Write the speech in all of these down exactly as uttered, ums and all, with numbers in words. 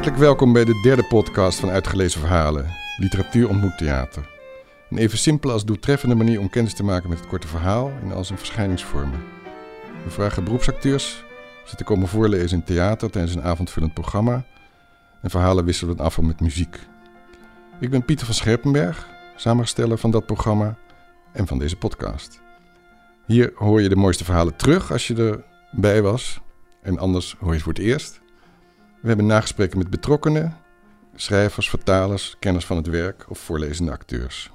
Hartelijk welkom bij de derde podcast van Uitgelezen Verhalen. Literatuur ontmoet theater. Een even simpele als doeltreffende manier om kennis te maken met het korte verhaal in al zijn verschijningsvormen. We vragen beroepsacteurs ze te komen voorlezen in theater tijdens een avondvullend programma. En verhalen wisselen we af met muziek. Ik ben Pieter van Scherpenberg, samensteller van dat programma en van deze podcast. Hier hoor je de mooiste verhalen terug als je erbij was. En anders hoor je het voor het eerst. We hebben nagesprekken met betrokkenen, schrijvers, vertalers, kenners van het werk of voorlezende acteurs.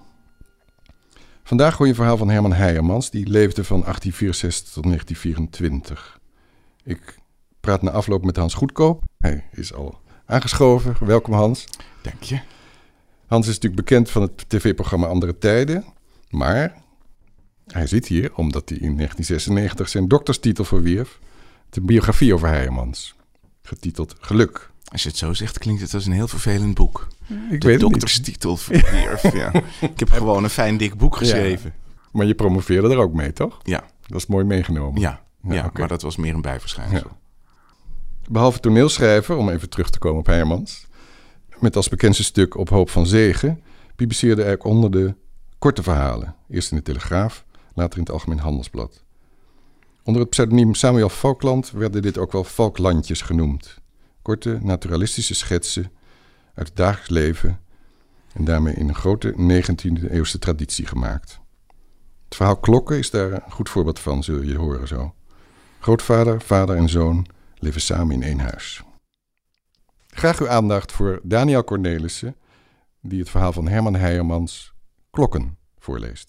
Vandaag hoor je een verhaal van Herman Heijermans, die leefde van achttien vierenzestig tot negentien vierentwintig. Ik praat na afloop met Hans Goedkoop. Hij is al aangeschoven. Welkom Hans. Dank je. Hans is natuurlijk bekend van het tv-programma Andere Tijden, maar hij zit hier omdat hij in negentien zesennegentig zijn dokterstitel verwierf, de biografie over Heijermans, getiteld Geluk. Als je het zo zegt, klinkt het als een heel vervelend boek. Ik de weet dokterstitel verwierf, ja. Ik heb gewoon een fijn dik boek geschreven. Ja, maar je promoveerde er ook mee, toch? Ja. Dat is mooi meegenomen. Ja, ja, ja okay. Maar dat was meer een bijverschijnsel. Ja. Behalve toneelschrijver, om even terug te komen op Heijermans, met als bekendste stuk Op Hoop van Zegen, publiceerde hij ook onder de korte verhalen. Eerst in de Telegraaf, later in het Algemeen Handelsblad. Onder het pseudoniem Samuel Falkland werden dit ook wel Falklandjes genoemd. Korte, naturalistische schetsen uit het dagelijks leven en daarmee in een grote negentiende eeuwse traditie gemaakt. Het verhaal Klokken is daar een goed voorbeeld van, zul je horen zo. Grootvader, vader en zoon leven samen in één huis. Graag uw aandacht voor Daniel Cornelissen, die het verhaal van Herman Heijermans Klokken voorleest.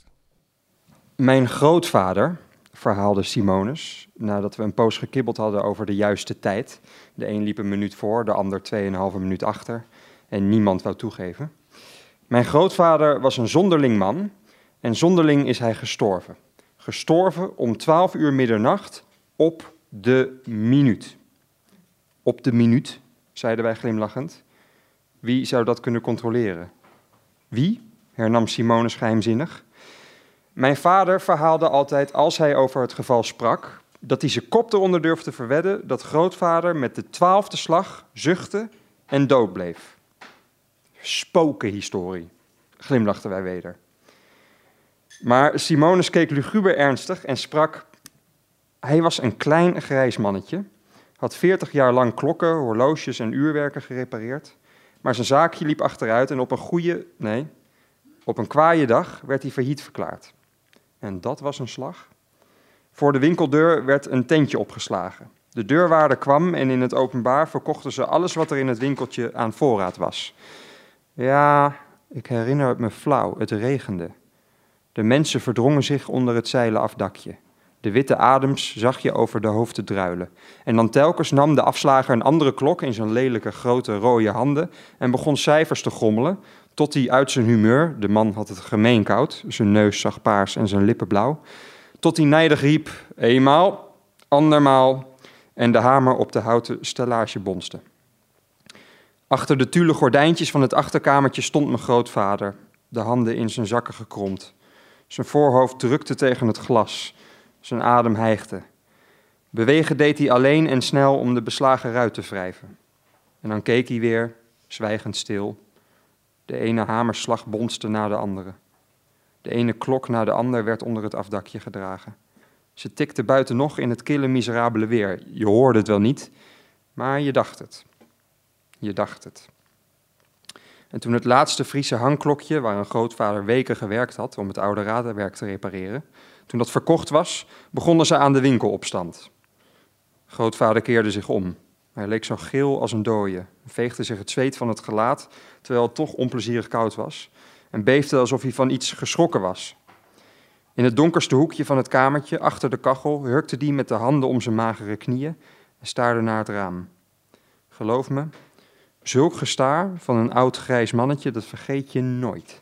Mijn grootvader, verhaalde Simonus, nadat we een poos gekibbeld hadden over de juiste tijd. De een liep een minuut voor, de ander tweeënhalve minuut achter en niemand wou toegeven. Mijn grootvader was een zonderling man en zonderling is hij gestorven. Gestorven om twaalf uur middernacht op de minuut. Op de minuut, zeiden wij glimlachend. Wie zou dat kunnen controleren? Wie? Hernam Simonus geheimzinnig. Mijn vader verhaalde altijd, als hij over het geval sprak, dat hij zijn kop eronder durfde verwedden dat grootvader met de twaalfde slag zuchtte en dood bleef. Spokenhistorie, glimlachten wij weder. Maar Simonus keek luguber ernstig en sprak. Hij was een klein grijs mannetje, had veertig jaar lang klokken, horloges en uurwerken gerepareerd, maar zijn zaakje liep achteruit en op een goede, nee, op een kwaaie dag werd hij failliet verklaard. En dat was een slag. Voor de winkeldeur werd een tentje opgeslagen. De deurwaarder kwam en in het openbaar verkochten ze alles wat er in het winkeltje aan voorraad was. Ja, ik herinner het me flauw, het regende. De mensen verdrongen zich onder het zeilen afdakje. De witte adems zag je over de hoofden druilen. En dan telkens nam de afslager een andere klok in zijn lelijke grote rode handen en begon cijfers te grommelen, tot hij uit zijn humeur, de man had het gemeen koud, zijn neus zag paars en zijn lippen blauw, tot hij nijdig riep, eenmaal, andermaal, en de hamer op de houten stellage bonste. Achter de tulle gordijntjes van het achterkamertje stond mijn grootvader, de handen in zijn zakken gekromd. Zijn voorhoofd drukte tegen het glas, zijn adem hijgde. Bewegen deed hij alleen en snel om de beslagen ruit te wrijven. En dan keek hij weer, zwijgend stil. De ene hamerslag bonste na de andere. De ene klok na de ander werd onder het afdakje gedragen. Ze tikte buiten nog in het kille, miserabele weer. Je hoorde het wel niet, maar je dacht het. Je dacht het. En toen het laatste Friese hangklokje, waar een grootvader weken gewerkt had om het oude radarwerk te repareren, toen dat verkocht was, begonnen ze aan de winkelopstand. Grootvader keerde zich om. Hij leek zo geel als een dooie, veegde zich het zweet van het gelaat, terwijl het toch onplezierig koud was, en beefde alsof hij van iets geschrokken was. In het donkerste hoekje van het kamertje, achter de kachel, hurkte hij met de handen om zijn magere knieën en staarde naar het raam. Geloof me, zulk gestaar van een oud grijs mannetje, dat vergeet je nooit.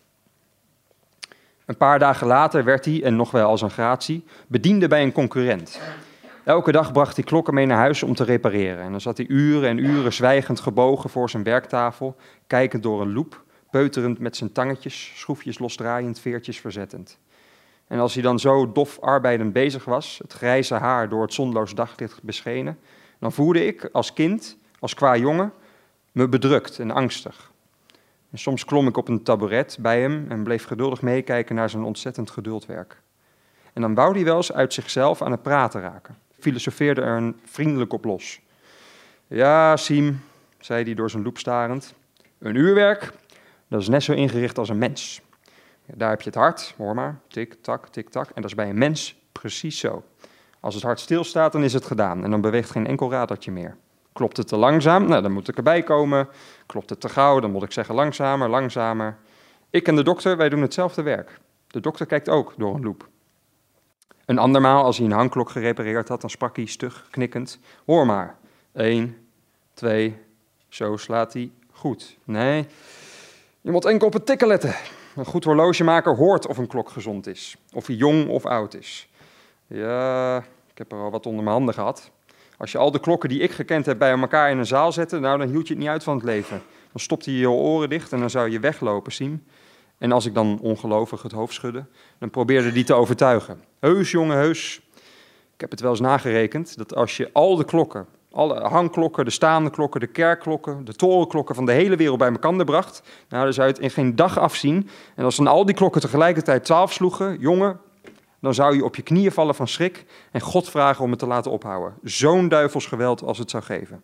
Een paar dagen later werd hij, en nog wel als een gratie, bediende bij een concurrent. Elke dag bracht hij klokken mee naar huis om te repareren. En dan zat hij uren en uren zwijgend gebogen voor zijn werktafel, kijkend door een loep, peuterend met zijn tangetjes, schroefjes losdraaiend, veertjes verzettend. En als hij dan zo dof arbeidend bezig was, het grijze haar door het zonloos daglicht beschenen, dan voerde ik als kind, als qua jongen, me bedrukt en angstig. En soms klom ik op een taboret bij hem en bleef geduldig meekijken naar zijn ontzettend geduldwerk. En dan wou hij wel eens uit zichzelf aan het praten raken. Filosofeerde er een vriendelijk op los. Ja, Siem, zei hij door zijn loep starend, een uurwerk, dat is net zo ingericht als een mens. Ja, daar heb je het hart, hoor maar, tik, tak, tik, tak. En dat is bij een mens precies zo. Als het hart stilstaat, dan is het gedaan en dan beweegt geen enkel radertje meer. Klopt het te langzaam? Nou, dan moet ik erbij komen. Klopt het te gauw? Dan moet ik zeggen langzamer, langzamer. Ik en de dokter, wij doen hetzelfde werk. De dokter kijkt ook door een loep. Een andermaal, als hij een hangklok gerepareerd had, dan sprak hij stug, knikkend. Hoor maar. Eén, twee, zo slaat hij goed. Nee, je moet enkel op het tikken letten. Een goed horlogemaker hoort of een klok gezond is. Of hij jong of oud is. Ja, ik heb er al wat onder mijn handen gehad. Als je al de klokken die ik gekend heb bij elkaar in een zaal zette, nou, dan hield je het niet uit van het leven. Dan stopte je je oren dicht en dan zou je weglopen, Siem. En als ik dan ongelovig het hoofd schudde, dan probeerde die te overtuigen. Heus, jongen, heus. Ik heb het wel eens nagerekend, dat als je al de klokken, alle hangklokken, de staande klokken, de kerkklokken, de torenklokken van de hele wereld bij elkaar bracht, nou, dan zou je het in geen dag afzien. En als dan al die klokken tegelijkertijd twaalf sloegen, jongen, dan zou je op je knieën vallen van schrik en God vragen om het te laten ophouden. Zo'n duivels geweld als het zou geven.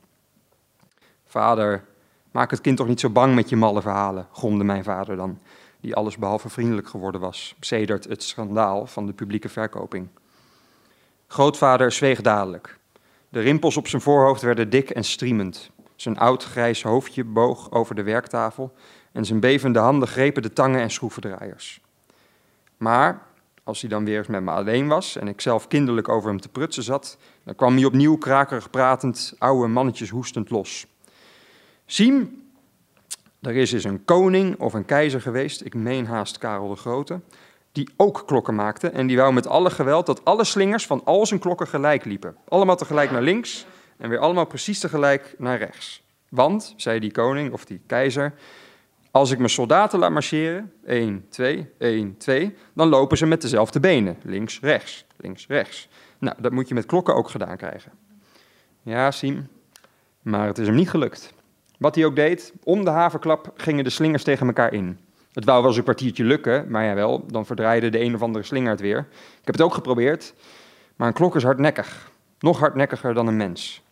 Vader, maak het kind toch niet zo bang met je malle verhalen, gromde mijn vader dan, die allesbehalve vriendelijk geworden was, sedert het schandaal van de publieke verkoping. Grootvader zweeg dadelijk. De rimpels op zijn voorhoofd werden dik en striemend. Zijn oud grijs hoofdje boog over de werktafel en zijn bevende handen grepen de tangen en schroevendraaiers. Maar als hij dan weer eens met me alleen was en ik zelf kinderlijk over hem te prutsen zat, dan kwam hij opnieuw krakerig pratend, oude mannetjes hoestend los. Siem, er is eens een koning of een keizer geweest, ik meen haast Karel de Grote, die ook klokken maakte en die wou met alle geweld dat alle slingers van al zijn klokken gelijk liepen. Allemaal tegelijk naar links en weer allemaal precies tegelijk naar rechts. Want, zei die koning of die keizer, als ik mijn soldaten laat marcheren, één, twee, één, twee, dan lopen ze met dezelfde benen, links, rechts, links, rechts. Nou, dat moet je met klokken ook gedaan krijgen. Ja, Siem, maar het is hem niet gelukt. Wat hij ook deed, om de haverklap gingen de slingers tegen elkaar in. Het wou wel eens een kwartiertje lukken, maar jawel, dan verdraaide de een of andere slinger het weer. Ik heb het ook geprobeerd, maar een klok is hardnekkig. Nog hardnekkiger dan een mens.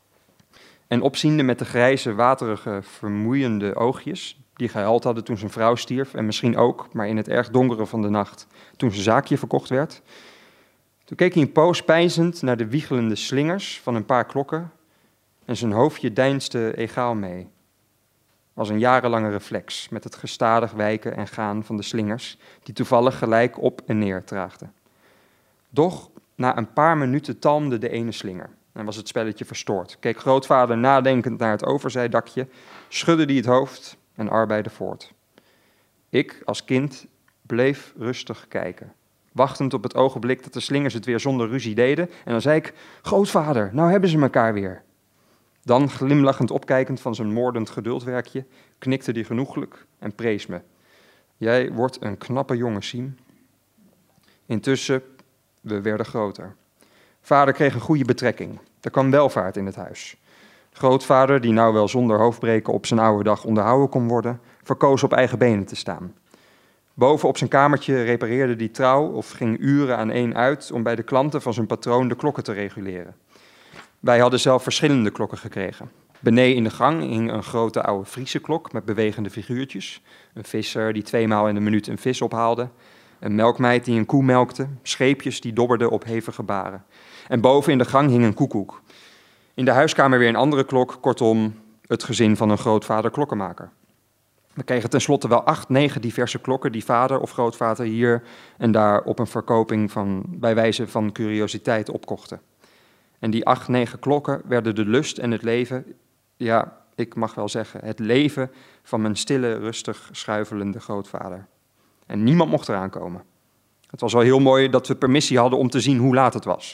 En opziende met de grijze, waterige, vermoeiende oogjes die gehuild hadden toen zijn vrouw stierf, en misschien ook, maar in het erg donkere van de nacht, toen zijn zaakje verkocht werd. Toen keek hij een poos peinzend naar de wiegelende slingers van een paar klokken en zijn hoofdje deinsde egaal mee. Als een jarenlange reflex met het gestadig wijken en gaan van de slingers die toevallig gelijk op en neer traagden. Doch na een paar minuten talmde de ene slinger en was het spelletje verstoord. Keek grootvader nadenkend naar het overzijdakje, schudde die het hoofd en arbeidde voort. Ik, als kind, bleef rustig kijken, wachtend op het ogenblik dat de slingers het weer zonder ruzie deden. En dan zei ik, grootvader, nou hebben ze elkaar weer. Dan, glimlachend opkijkend van zijn moordend geduldwerkje, knikte hij genoeglijk en prees me. Jij wordt een knappe jongen, Siem. Intussen, we werden groter. Vader kreeg een goede betrekking. Er kwam welvaart in het huis. Grootvader, die nou wel zonder hoofdbreken op zijn oude dag onderhouden kon worden, verkoos op eigen benen te staan. Boven op zijn kamertje repareerde hij trouw of ging uren aan één uit om bij de klanten van zijn patroon de klokken te reguleren. Wij hadden zelf verschillende klokken gekregen. Beneden in de gang hing een grote oude Friese klok met bewegende figuurtjes. Een visser die tweemaal in de minuut een vis ophaalde. Een melkmeid die een koe melkte. Scheepjes die dobberden op hevige baren. En boven in de gang hing een koekoek. In de huiskamer weer een andere klok, kortom, het gezin van een grootvader klokkenmaker. We kregen tenslotte wel acht, negen diverse klokken die vader of grootvader hier en daar op een verkoping van, bij wijze van curiositeit opkochten. En die acht, negen klokken werden de lust en het leven, ja, ik mag wel zeggen, het leven van mijn stille, rustig schuivelende grootvader. En niemand mocht eraan komen. Het was wel heel mooi dat we permissie hadden om te zien hoe laat het was.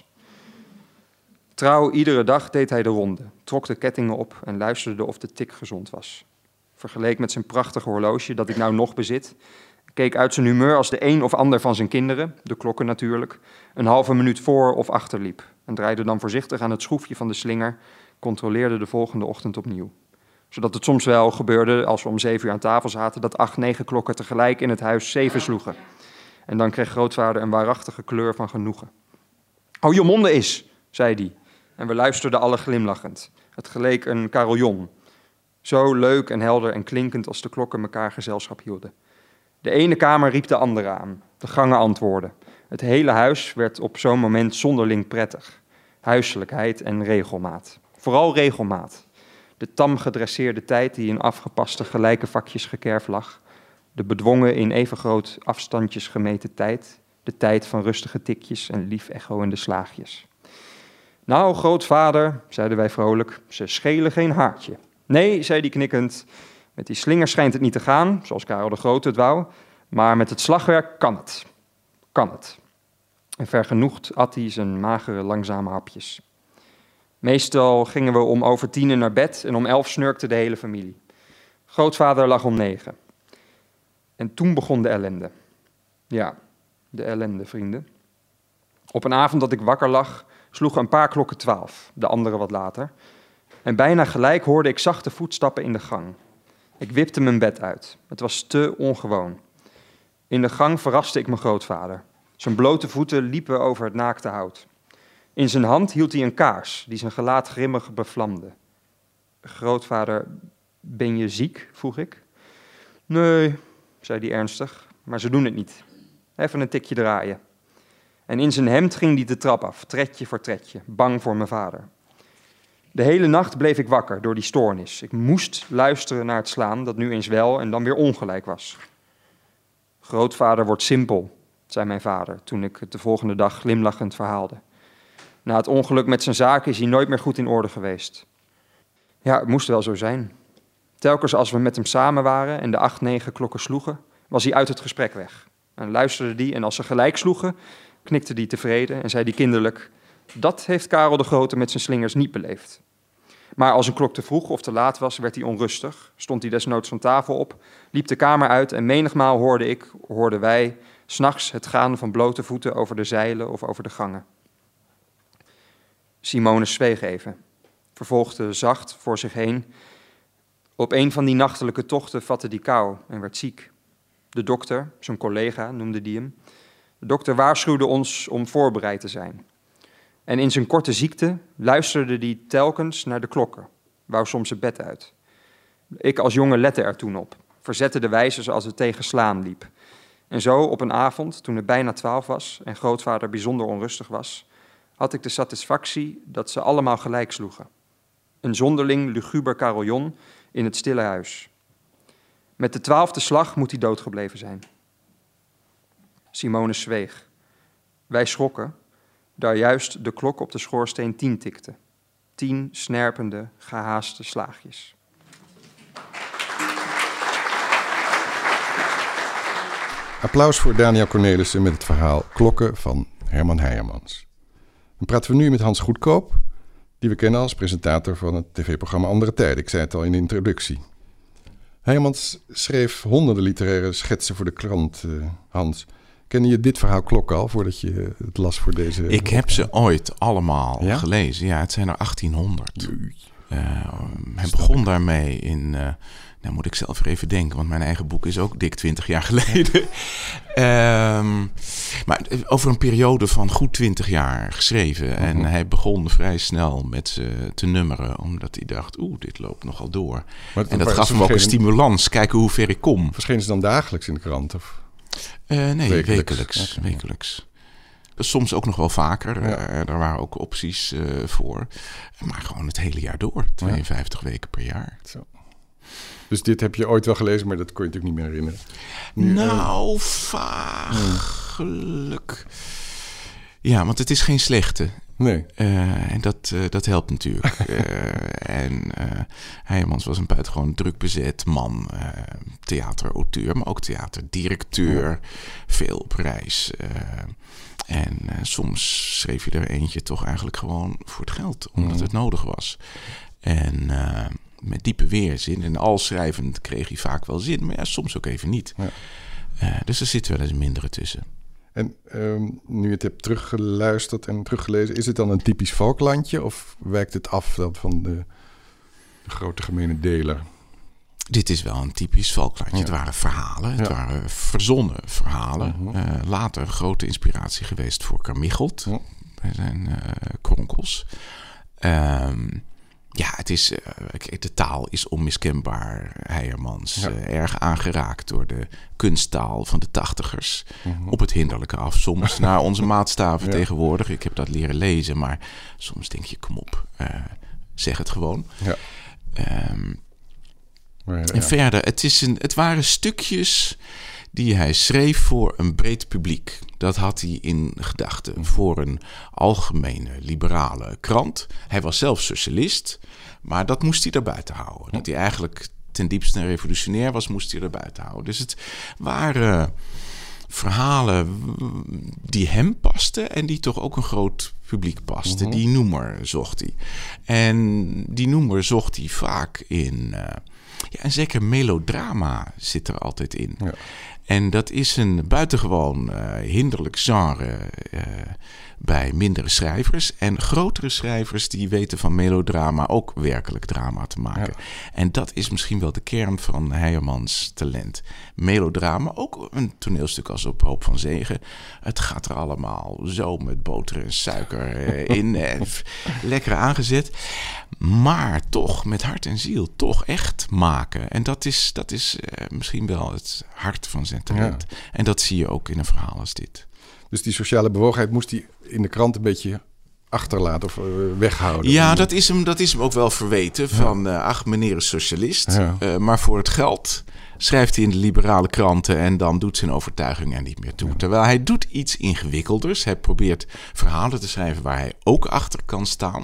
Trouw, iedere dag deed hij de ronde, trok de kettingen op en luisterde of de tik gezond was. Vergeleek met zijn prachtige horloge dat ik nou nog bezit, keek uit zijn humeur als de een of ander van zijn kinderen, de klokken natuurlijk, een halve minuut voor of achter liep en draaide dan voorzichtig aan het schroefje van de slinger, controleerde de volgende ochtend opnieuw. Zodat het soms wel gebeurde, als we om zeven uur aan tafel zaten, dat acht, negen klokken tegelijk in het huis zeven sloegen. En dan kreeg grootvader een waarachtige kleur van genoegen. Hou je monden eens, zei hij. En we luisterden alle glimlachend. Het geleek een carillon. Zo leuk en helder en klinkend als de klokken elkaar gezelschap hielden. De ene kamer riep de andere aan. De gangen antwoordden. Het hele huis werd op zo'n moment zonderling prettig. Huiselijkheid en regelmaat. Vooral regelmaat. De tam gedresseerde tijd die in afgepaste gelijke vakjes gekerfd lag. De bedwongen in even groot afstandjes gemeten tijd. De tijd van rustige tikjes en lief echoende slaagjes. Nou, grootvader, zeiden wij vrolijk, ze schelen geen haartje. Nee, zei hij knikkend, met die slinger schijnt het niet te gaan, zoals Karel de Grote het wou, maar met het slagwerk kan het. Kan het. En vergenoegd at hij zijn magere, langzame hapjes. Meestal gingen we om over tienen naar bed en om elf snurkte de hele familie. Grootvader lag om negen. En toen begon de ellende. Ja, de ellende, vrienden. Op een avond dat ik wakker lag, sloegen een paar klokken twaalf, de andere wat later. En bijna gelijk hoorde ik zachte voetstappen in de gang. Ik wipte mijn bed uit. Het was te ongewoon. In de gang verraste ik mijn grootvader. Zijn blote voeten liepen over het naakte hout. In zijn hand hield hij een kaars die zijn gelaat grimmig bevlamde. Grootvader, ben je ziek? Vroeg ik. Nee, zei hij ernstig, maar ze doen het niet. Even een tikje draaien. En in zijn hemd ging hij de trap af, tredje voor tredje, bang voor mijn vader. De hele nacht bleef ik wakker door die stoornis. Ik moest luisteren naar het slaan dat nu eens wel en dan weer ongelijk was. Grootvader wordt simpel, zei mijn vader toen ik het de volgende dag glimlachend verhaalde. Na het ongeluk met zijn zaken is hij nooit meer goed in orde geweest. Ja, het moest wel zo zijn. Telkens als we met hem samen waren en de acht, negen klokken sloegen, was hij uit het gesprek weg. En luisterde die en als ze gelijk sloegen, knikte hij tevreden en zei hij kinderlijk, dat heeft Karel de Grote met zijn slingers niet beleefd. Maar als een klok te vroeg of te laat was, werd hij onrustig, stond hij desnoods van tafel op, liep de kamer uit en menigmaal hoorde ik, hoorden wij, 's nachts het gaan van blote voeten over de zeilen of over de gangen. Simone zweeg even, vervolgde zacht voor zich heen. Op een van die nachtelijke tochten vatte die kou en werd ziek. De dokter, zijn collega noemde die hem, de dokter waarschuwde ons om voorbereid te zijn. En in zijn korte ziekte luisterde hij telkens naar de klokken, wou soms het bed uit. Ik als jongen lette er toen op, verzette de wijze zoals het tegen slaan liep. En zo op een avond, toen het bijna twaalf was en grootvader bijzonder onrustig was, had ik de satisfactie dat ze allemaal gelijk sloegen. Een zonderling, luguber carillon in het stille huis. Met de twaalfde slag moet hij doodgebleven zijn. Simone zweeg. Wij schrokken, daar juist de klok op de schoorsteen tien tikte. Tien snerpende, gehaaste slaagjes. Applaus voor Daniel Cornelissen met het verhaal Klokken van Herman Heijermans. Dan praten we nu met Hans Goedkoop, die we kennen als presentator van het tv-programma Andere Tijden. Ik zei het al in de introductie. Heijermans schreef honderden literaire schetsen voor de krant. Uh, Hans, kende je dit verhaal Klok al voordat je het las voor deze... Ik heb ze ooit allemaal ja? gelezen. Ja, het zijn er achttienhonderd. Uh, hij begon daarmee in... Uh, nou moet ik zelf weer even denken, want mijn eigen boek is ook dik twintig jaar geleden. um, maar over een periode van goed twintig jaar geschreven. Uh-huh. En hij begon vrij snel met ze te nummeren, omdat hij dacht, oeh, dit loopt nogal door. Maar en dat gaf hem ook een stimulans, kijken hoe ver ik kom. Verschenen ze dan dagelijks in de krant? Of? Uh, nee, wekelijks. wekelijks, okay. wekelijks. Soms ook nog wel vaker. Ja. Uh, er waren ook opties uh, voor. Maar gewoon het hele jaar door. tweeënvijftig ja. weken per jaar. Zo. Dus dit heb je ooit wel gelezen, maar dat kon je natuurlijk niet meer herinneren. Nu, nou, uh... vaaglijk. Ja, want het is geen slechte. Nee. Uh, en dat, uh, dat helpt natuurlijk. uh, en uh, Heijermans was een buitengewoon druk bezet man. Uh, theaterauteur, maar ook theaterdirecteur. Ja. Veel op reis. Uh, en uh, soms schreef je er eentje toch eigenlijk gewoon voor het geld. Omdat mm. het nodig was. En... Uh, met diepe weerzin. En al schrijvend kreeg hij vaak wel zin, maar ja, soms ook even niet. Ja. Uh, dus er zit wel eens mindere tussen. En um, nu je het hebt teruggeluisterd en teruggelezen, is het dan een typisch Valklandje of wijkt het af van de... De grote gemene deler. Dit is wel een typisch Valklandje. Ja. Het waren verhalen, het Ja. waren verzonnen verhalen. Uh-huh. Uh, later grote inspiratie geweest voor Carmichelt. Ja. Bij zijn uh, kronkels. Um, ja, het is, uh, de taal is onmiskenbaar, Heijermans. Ja. Uh, erg aangeraakt door de kunsttaal van de tachtigers. Uh-huh. Op het hinderlijke af. Soms naar onze maatstaven Ja. tegenwoordig. Ik heb dat leren lezen, maar soms denk je, kom op, uh, zeg het gewoon. Ja. Um, Maar, ja. En verder, het, is een, het waren stukjes die hij schreef voor een breed publiek. Dat had hij in gedachten voor een algemene liberale krant. Hij was zelf socialist, maar dat moest hij daarbuiten houden. Dat hij eigenlijk ten diepste revolutionair was, moest hij daarbuiten houden. Dus het waren verhalen die hem pasten en die toch ook een groot publiek pasten. Mm-hmm. Die noemer zocht hij. En die noemer zocht hij vaak in... Uh, Ja, en zeker melodrama zit er altijd in. Ja. En dat is een buitengewoon uh, hinderlijk genre uh, bij mindere schrijvers. En grotere schrijvers die weten van melodrama ook werkelijk drama te maken. Ja. En dat is misschien wel de kern van Heijermans talent. Melodrama, ook een toneelstuk als Op Hoop van Zegen. Het gaat er allemaal zo met boter en suiker uh, in. uh, lekker aangezet. Maar toch met hart en ziel, toch echt maken. En dat is, dat is uh, misschien wel het hart van zijn talent. Ja. En dat zie je ook in een verhaal als dit. Dus die sociale bewogenheid moest hij in de krant een beetje achterlaten of uh, weghouden? Ja, dat is, hem, dat is hem ook wel verweten. Van, uh, ach, meneer is socialist. Ja. Uh, maar voor het geld schrijft hij in de liberale kranten en dan doet zijn overtuiging er niet meer toe. Ja. Terwijl hij doet iets ingewikkelders. Hij probeert verhalen te schrijven waar hij ook achter kan staan.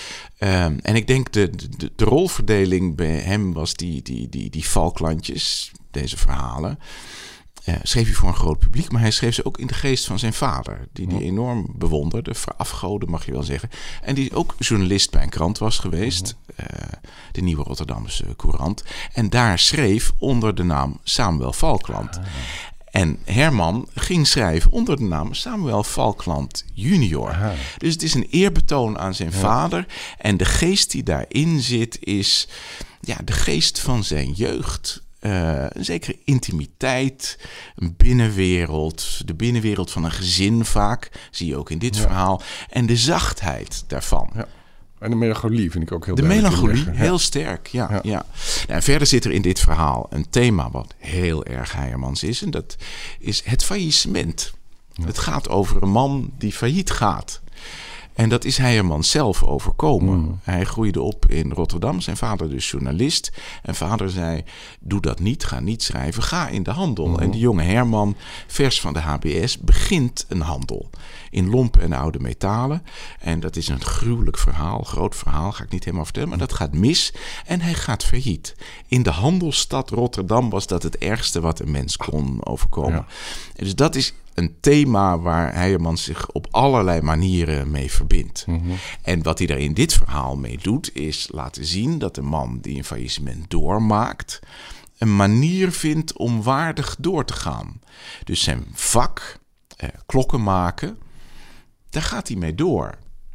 Um, en ik denk de, de, de rolverdeling bij hem was die, die, die, die Valklandjes, deze verhalen. Uh, schreef hij voor een groot publiek, maar hij schreef ze ook in de geest van zijn vader, die hij enorm bewonderde, verafgoden mag je wel zeggen. En die ook journalist bij een krant was geweest, uh, de Nieuwe Rotterdamse Courant. En daar schreef onder de naam Samuel Valkland. Ah. En Herman ging schrijven onder de naam Samuel Valkland junior. Aha. Dus het is een eerbetoon aan zijn ja. vader. En de geest die daarin zit is ja, de geest van zijn jeugd. Uh, een zekere intimiteit, een binnenwereld. De binnenwereld van een gezin vaak, zie je ook in dit ja. verhaal. En de zachtheid daarvan. Ja. En de melancholie vind ik ook heel De melancholie, heel sterk, ja. ja. ja. Nou, en verder zit er in dit verhaal een thema wat heel erg Heijermans is. En dat is het faillissement. Ja. Het gaat over een man die failliet gaat. En dat is Heijermans zelf overkomen. Mm. Hij groeide op in Rotterdam. Zijn vader dus journalist. En vader zei, doe dat niet, ga niet schrijven, ga in de handel. Mm. En de jonge Herman, vers van de H B S, begint een handel. In lompen en oude metalen. En dat is een gruwelijk verhaal, groot verhaal, ga ik niet helemaal vertellen. Maar dat gaat mis en hij gaat failliet. In de handelsstad Rotterdam was dat het ergste wat een mens kon overkomen. Ja. En dus dat is een thema waar Heijermans zich op allerlei manieren mee verbindt. Mm-hmm. En wat hij daar in dit verhaal mee doet, is laten zien dat de man die een faillissement doormaakt, een manier vindt om waardig door te gaan. Dus zijn vak, eh, klokken maken, daar gaat hij mee door.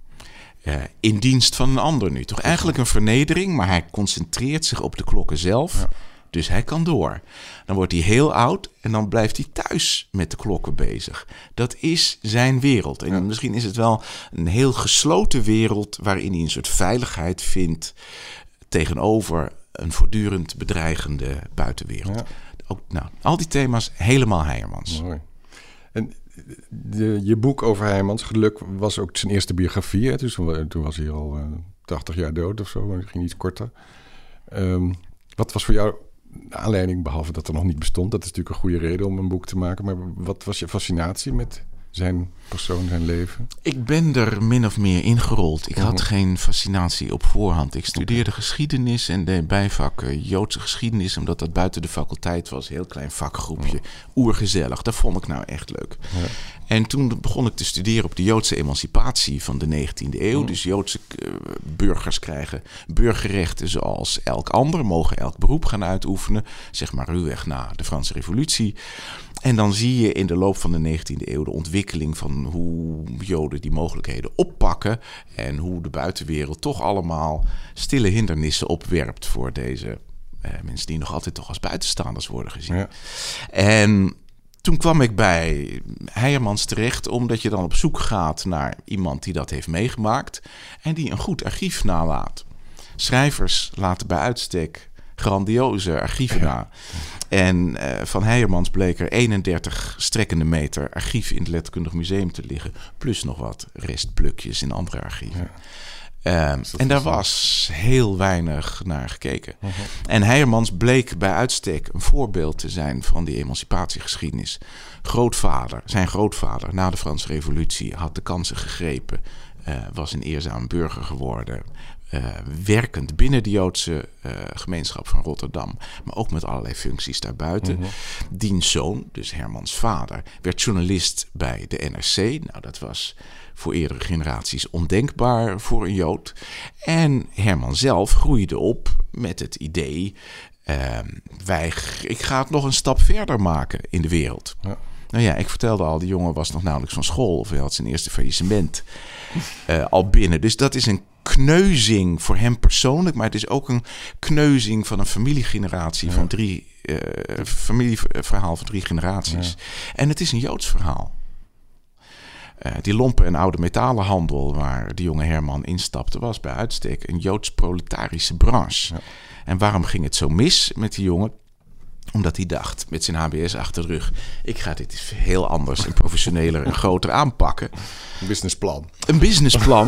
Uh, in dienst van een ander nu. Toch eigenlijk een vernedering, maar hij concentreert zich op de klokken zelf. Ja. Dus hij kan door. Dan wordt hij heel oud en dan blijft hij thuis met de klokken bezig. Dat is zijn wereld. En ja. misschien is het wel een heel gesloten wereld waarin hij een soort veiligheid vindt tegenover een voortdurend bedreigende buitenwereld. Ja. Ook, nou, al die thema's helemaal Heijermans. Mooi. En de, je boek over Heijermans, Geluk, was ook zijn eerste biografie. Hè? Dus toen, toen was hij al uh, tachtig jaar dood of zo, maar het ging iets korter. Um, wat was voor jou de aanleiding, behalve dat er nog niet bestond? Dat is natuurlijk een goede reden om een boek te maken. Maar wat was je fascinatie met zijn persoon, zijn leven? Ik ben er min of meer ingerold. Ik had geen fascinatie op voorhand. Ik studeerde okay. geschiedenis en de bijvak uh, Joodse geschiedenis, omdat dat buiten de faculteit was. Heel klein vakgroepje, oergezellig. Dat vond ik nou echt leuk. Ja. En toen begon ik te studeren op de Joodse emancipatie van de negentiende eeuw. Mm. Dus Joodse uh, burgers krijgen burgerrechten zoals elk ander, mogen elk beroep gaan uitoefenen. Zeg maar ruwweg na de Franse Revolutie. En dan zie je in de loop van de negentiende eeuw de ontwikkeling ontwikkeling van hoe Joden die mogelijkheden oppakken en hoe de buitenwereld toch allemaal stille hindernissen opwerpt voor deze uh, mensen die nog altijd toch als buitenstaanders worden gezien. Ja. En toen kwam ik bij Heijermans terecht, omdat je dan op zoek gaat naar iemand die dat heeft meegemaakt en die een goed archief nalaat. Schrijvers laten bij uitstek grandioze archieven na. Ja. En uh, van Heijermans bleek er eenendertig strekkende meter archief in het Letterkundig Museum te liggen, plus nog wat restplukjes in andere archieven. Ja. Um, en daar was heel weinig naar gekeken. Uh-huh. En Heijermans bleek bij uitstek een voorbeeld te zijn van die emancipatiegeschiedenis. Grootvader, zijn grootvader, na de Franse Revolutie had de kansen gegrepen, uh, was een eerzaam burger geworden, uh, werkend binnen de Joodse uh, gemeenschap van Rotterdam, maar ook met allerlei functies daarbuiten. Uh-huh. Diens zoon, dus Hermans vader, werd journalist bij de N R C. Nou, dat was voor eerdere generaties ondenkbaar voor een Jood. En Herman zelf groeide op met het idee, Uh, wij, ik ga het nog een stap verder maken in de wereld. Ja. Nou ja, ik vertelde al, die jongen was nog nauwelijks van school, of hij had zijn eerste faillissement uh, al binnen. Dus dat is een kneuzing voor hem persoonlijk, maar het is ook een kneuzing van een familiegeneratie, ja. van drie, uh, familieverhaal van drie generaties. Ja. En het is een Joods verhaal. Uh, die lompen en oude metalenhandel waar die jonge Herman instapte, was bij uitstek een Joods-proletarische branche. Ja. En waarom ging het zo mis met die jongen? Omdat hij dacht, met zijn H B S achter de rug, ik ga dit heel anders en professioneler en groter aanpakken. Een businessplan. Een businessplan.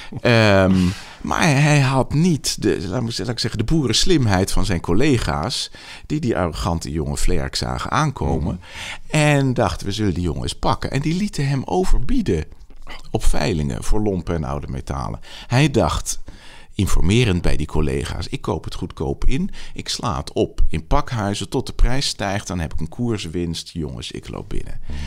um, maar hij had niet de, laat ik zeggen, de boerenslimheid van zijn collega's, die die arrogante jonge Vlerk zagen aankomen. Mm. En dachten, we zullen die jongen eens pakken. En die lieten hem overbieden op veilingen voor lompen en oude metalen. Hij dacht, informerend bij die collega's, ik koop het goedkoop in, ik sla het op in pakhuizen tot de prijs stijgt, dan heb ik een koerswinst, jongens, ik loop binnen. Mm.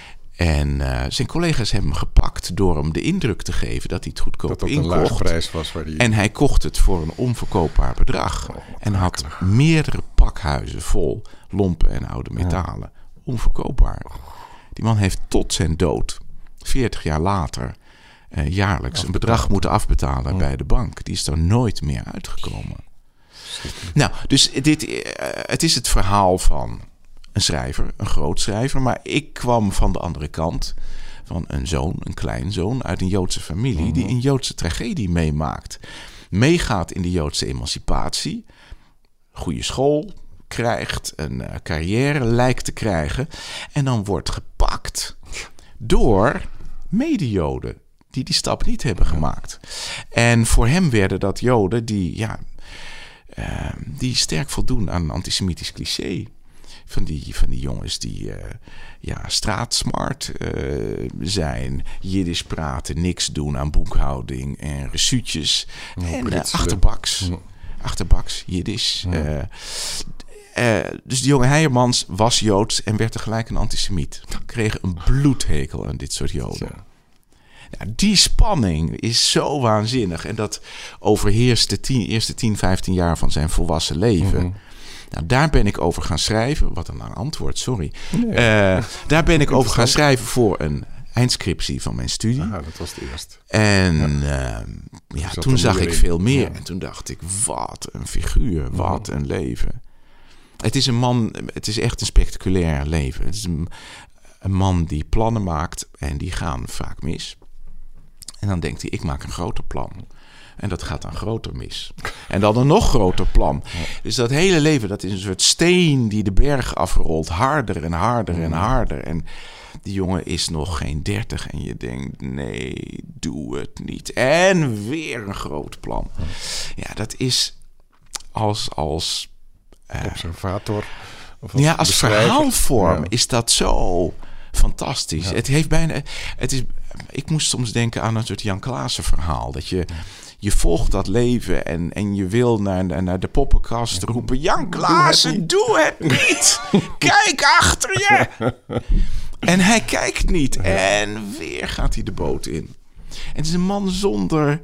En uh, zijn collega's hebben hem gepakt door hem de indruk te geven dat hij het goedkoop inkocht. Dat dat een lage prijs was. Waar die... En hij kocht het voor een onverkoopbaar bedrag. Oh, en had meerdere pakhuizen vol lompen en oude metalen. Ja. Onverkoopbaar. Die man heeft tot zijn dood, veertig jaar later, uh, jaarlijks een bedrag moeten afbetalen ja. bij de bank. Die is er nooit meer uitgekomen. Super. Nou, dus dit, uh, het is het verhaal van een schrijver, een groot schrijver. Maar ik kwam van de andere kant, van een zoon, een kleinzoon uit een Joodse familie, mm-hmm. die een Joodse tragedie meemaakt. Meegaat in de Joodse emancipatie, goede school krijgt, een uh, carrière lijkt te krijgen. En dan wordt gepakt door mede-Joden die die stap niet hebben gemaakt. En voor hem werden dat Joden die, ja, uh, die sterk voldoen aan een antisemitisch cliché. Van die, van die jongens die uh, ja, straatsmart uh, zijn, Jiddisch praten, niks doen aan boekhouding en resuutjes. Ja, en uh, achterbaks, ja. achterbaks, Jiddisch. Ja. Uh, uh, dus die jonge Heijermans was Joods en werd tegelijk een antisemiet. Kreeg een bloedhekel aan dit soort Joden. Ja. Nou, die spanning is zo waanzinnig. En dat overheerst de tien, eerste tien, vijftien jaar van zijn volwassen leven. Mm-hmm. Nou, daar ben ik over gaan schrijven. Wat een lang antwoord, sorry. Nee. Uh, daar ben ik over gaan schrijven voor een eindscriptie van mijn studie. Ah, dat was het eerst. En ja. Uh, ja, toen zag ik veel meer. Ja. En toen dacht ik, wat een figuur, wat een leven. Het is een man, het is echt een spectaculair leven. Het is een, een man die plannen maakt en die gaan vaak mis. En dan denkt hij, ik maak een groter plan. En dat gaat dan groter mis. En dan een nog groter plan. Ja. Dus dat hele leven, dat is een soort steen die de berg afrolt. Harder en harder en harder. En die jongen is nog geen dertig. En je denkt, nee, doe het niet. En weer een groot plan. Ja, dat is als... als uh, observator. Of als ja, als beschrijver. Verhaalvorm ja. is dat zo fantastisch. Ja. Het heeft bijna... Het is, ik moest soms denken aan een soort Jan Klaassen verhaal. Dat je... Je volgt dat leven en, en je wil naar, naar de poppenkast roepen... Jan Klaassen, doe het niet! Kijk achter je! En hij kijkt niet. En weer gaat hij de boot in. En het is een man zonder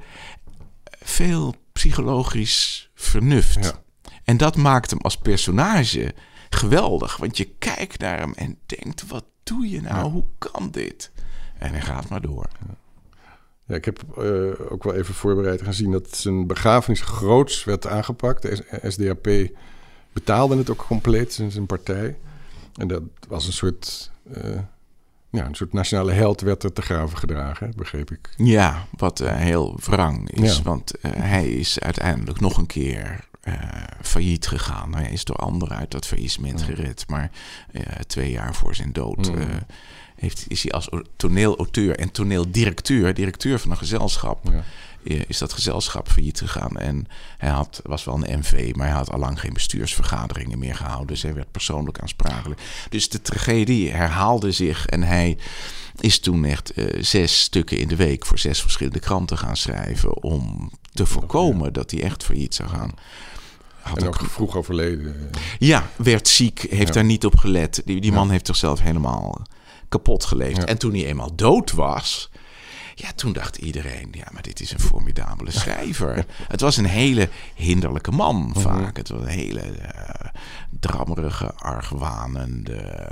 veel psychologisch vernuft. Ja. En dat maakt hem als personage geweldig. Want je kijkt naar hem en denkt, wat doe je nou? Ja. Hoe kan dit? En hij gaat maar door. Ja. Ja, ik heb uh, ook wel even voorbereid gezien dat zijn begrafenis groots werd aangepakt. De S D A P betaalde het ook compleet, zijn, zijn partij. En dat was een soort, uh, ja, een soort nationale held werd er te graven gedragen, begreep ik. Ja, wat uh, heel wrang is. Ja. Want uh, hij is uiteindelijk nog een keer uh, failliet gegaan. Hij is door anderen uit dat faillissement ja. gered. Maar uh, twee jaar voor zijn dood uh, heeft, is hij als toneelauteur en toneeldirecteur, directeur van een gezelschap, ja. is dat gezelschap failliet gegaan. En hij had, was wel een M V, maar hij had allang geen bestuursvergaderingen meer gehouden. Dus hij werd persoonlijk aansprakelijk. Dus de tragedie herhaalde zich en hij is toen echt uh, zes stukken in de week voor zes verschillende kranten gaan schrijven om te voorkomen dat hij echt failliet zou gaan. Had en ook, ook vroeg overleden. Ja, werd ziek, heeft ja. daar niet op gelet. Die, die man ja. heeft zichzelf helemaal kapot geleefd. Ja. En toen hij eenmaal dood was, ja, toen dacht iedereen, ja, maar dit is een formidabele schrijver. Het was een hele hinderlijke man vaak. Mm-hmm. Het was een hele uh, drammerige, argwanende,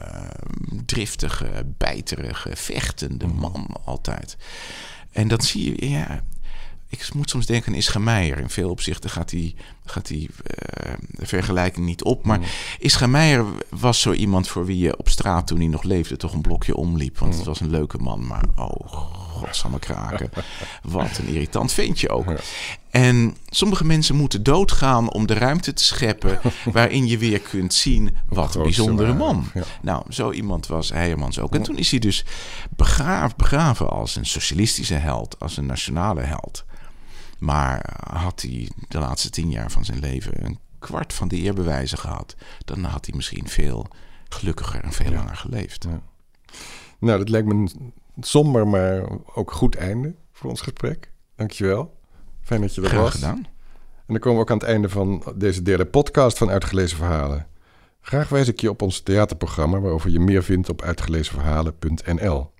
driftige, bijterige, vechtende mm-hmm. man altijd. En dat zie je, ja. Ik moet soms denken aan Ischa Meijer. In veel opzichten gaat die, gaat die uh, vergelijking niet op. Maar mm. Ischa Meijer was zo iemand voor wie je op straat toen hij nog leefde toch een blokje omliep. Want mm. het was een leuke man. Maar oh, godsamme kraken. Wat een irritant ventje ook. Ja. En sommige mensen moeten doodgaan om de ruimte te scheppen waarin je weer kunt zien wat een bijzondere man. Ja. Nou, zo iemand was Heijermans ook. En toen is hij dus begraven, begraven als een socialistische held, als een nationale held. Maar had hij de laatste tien jaar van zijn leven een kwart van die eerbewijzen gehad, dan had hij misschien veel gelukkiger en veel ja. langer geleefd. Ja. Nou, dat lijkt me een somber, maar ook goed einde voor ons gesprek. Dankjewel. Fijn dat je er Graag was. gedaan. En dan komen we ook aan het einde van deze derde podcast van Uitgelezen Verhalen. Graag wijs ik je op ons theaterprogramma, waarover je meer vindt op uitgelezen verhalen punt n l.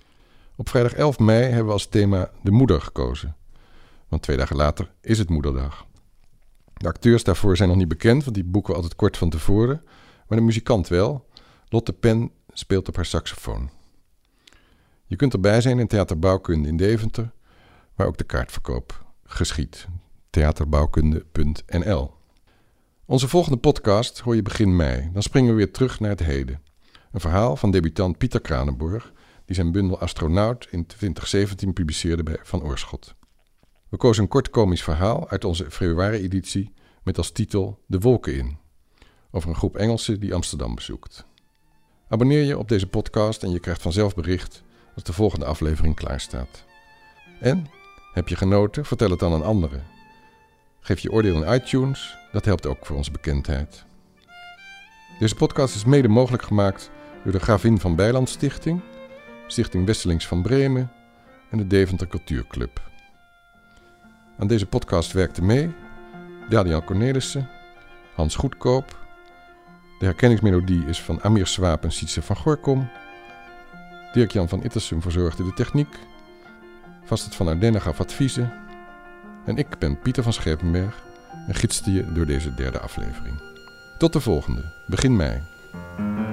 Op vrijdag elf mei hebben we als thema de moeder gekozen. Want twee dagen later is het Moederdag. De acteurs daarvoor zijn nog niet bekend, want die boeken we altijd kort van tevoren. Maar de muzikant wel. Lotte Pen speelt op haar saxofoon. Je kunt erbij zijn in Theater Bouwkunde in Deventer, waar ook de kaartverkoop geschiedt. theaterbouwkunde punt n l. Onze volgende podcast hoor je begin mei. Dan springen we weer terug naar het heden. Een verhaal van debutant Pieter Kranenborg, die zijn bundel Astronaut in twintig zeventien publiceerde bij Van Oorschot. We kozen een kort komisch verhaal uit onze februari-editie met als titel De Wolken in, over een groep Engelsen die Amsterdam bezoekt. Abonneer je op deze podcast en je krijgt vanzelf bericht als de volgende aflevering klaar staat. En, heb je genoten? Vertel het dan aan anderen. Geef je oordeel in iTunes, dat helpt ook voor onze bekendheid. Deze podcast is mede mogelijk gemaakt door de Gravin van Bijland Stichting, Stichting Westelings van Bremen en de Deventer Cultuurclub. Aan deze podcast werkten mee Daniel Cornelissen, Hans Goedkoop. De herkenningsmelodie is van Amir Swaap en Sietse van Gorkom. Dirk-Jan van Ittersum verzorgde de techniek. Vasthet van Ardennen gaf adviezen. En ik ben Pieter van Scherpenberg en gidste je door deze derde aflevering. Tot de volgende, begin mei.